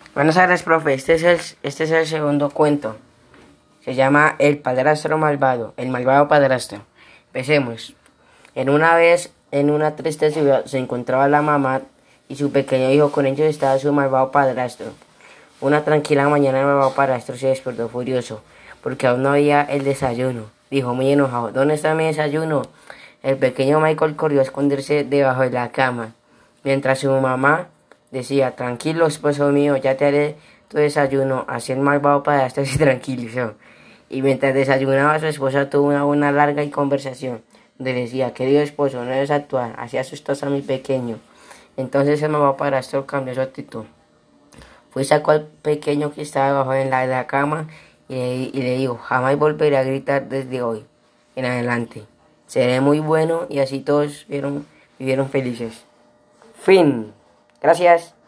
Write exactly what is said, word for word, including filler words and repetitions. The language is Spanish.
Buenas tardes, profe. Este es el, este es el segundo cuento. Se llama El padrastro malvado, el malvado padrastro. Empecemos. En una vez, en una triste ciudad, se encontraba la mamá y su pequeño hijo. Con ellos estaba su malvado padrastro. Una tranquila mañana el malvado padrastro se despertó furioso, porque aún no había el desayuno. Dijo muy enojado: ¿Dónde está mi desayuno? El pequeño Michael corrió a esconderse debajo de la cama, mientras su mamá decía: tranquilo, esposo mío, ya te haré tu desayuno. Así el malvado padrastro se tranquilizó. Y mientras desayunaba, su esposa tuvo una, una larga conversación, donde decía: querido esposo, no debes actuar, así asustas a mi pequeño. Entonces el malvado padrastro cambió su actitud. Fue y sacó al pequeño que estaba debajo de la, de la cama y le, y le dijo: jamás volveré a gritar desde hoy en adelante. Seré muy bueno. Y así todos vieron, vivieron felices. Fin. Gracias.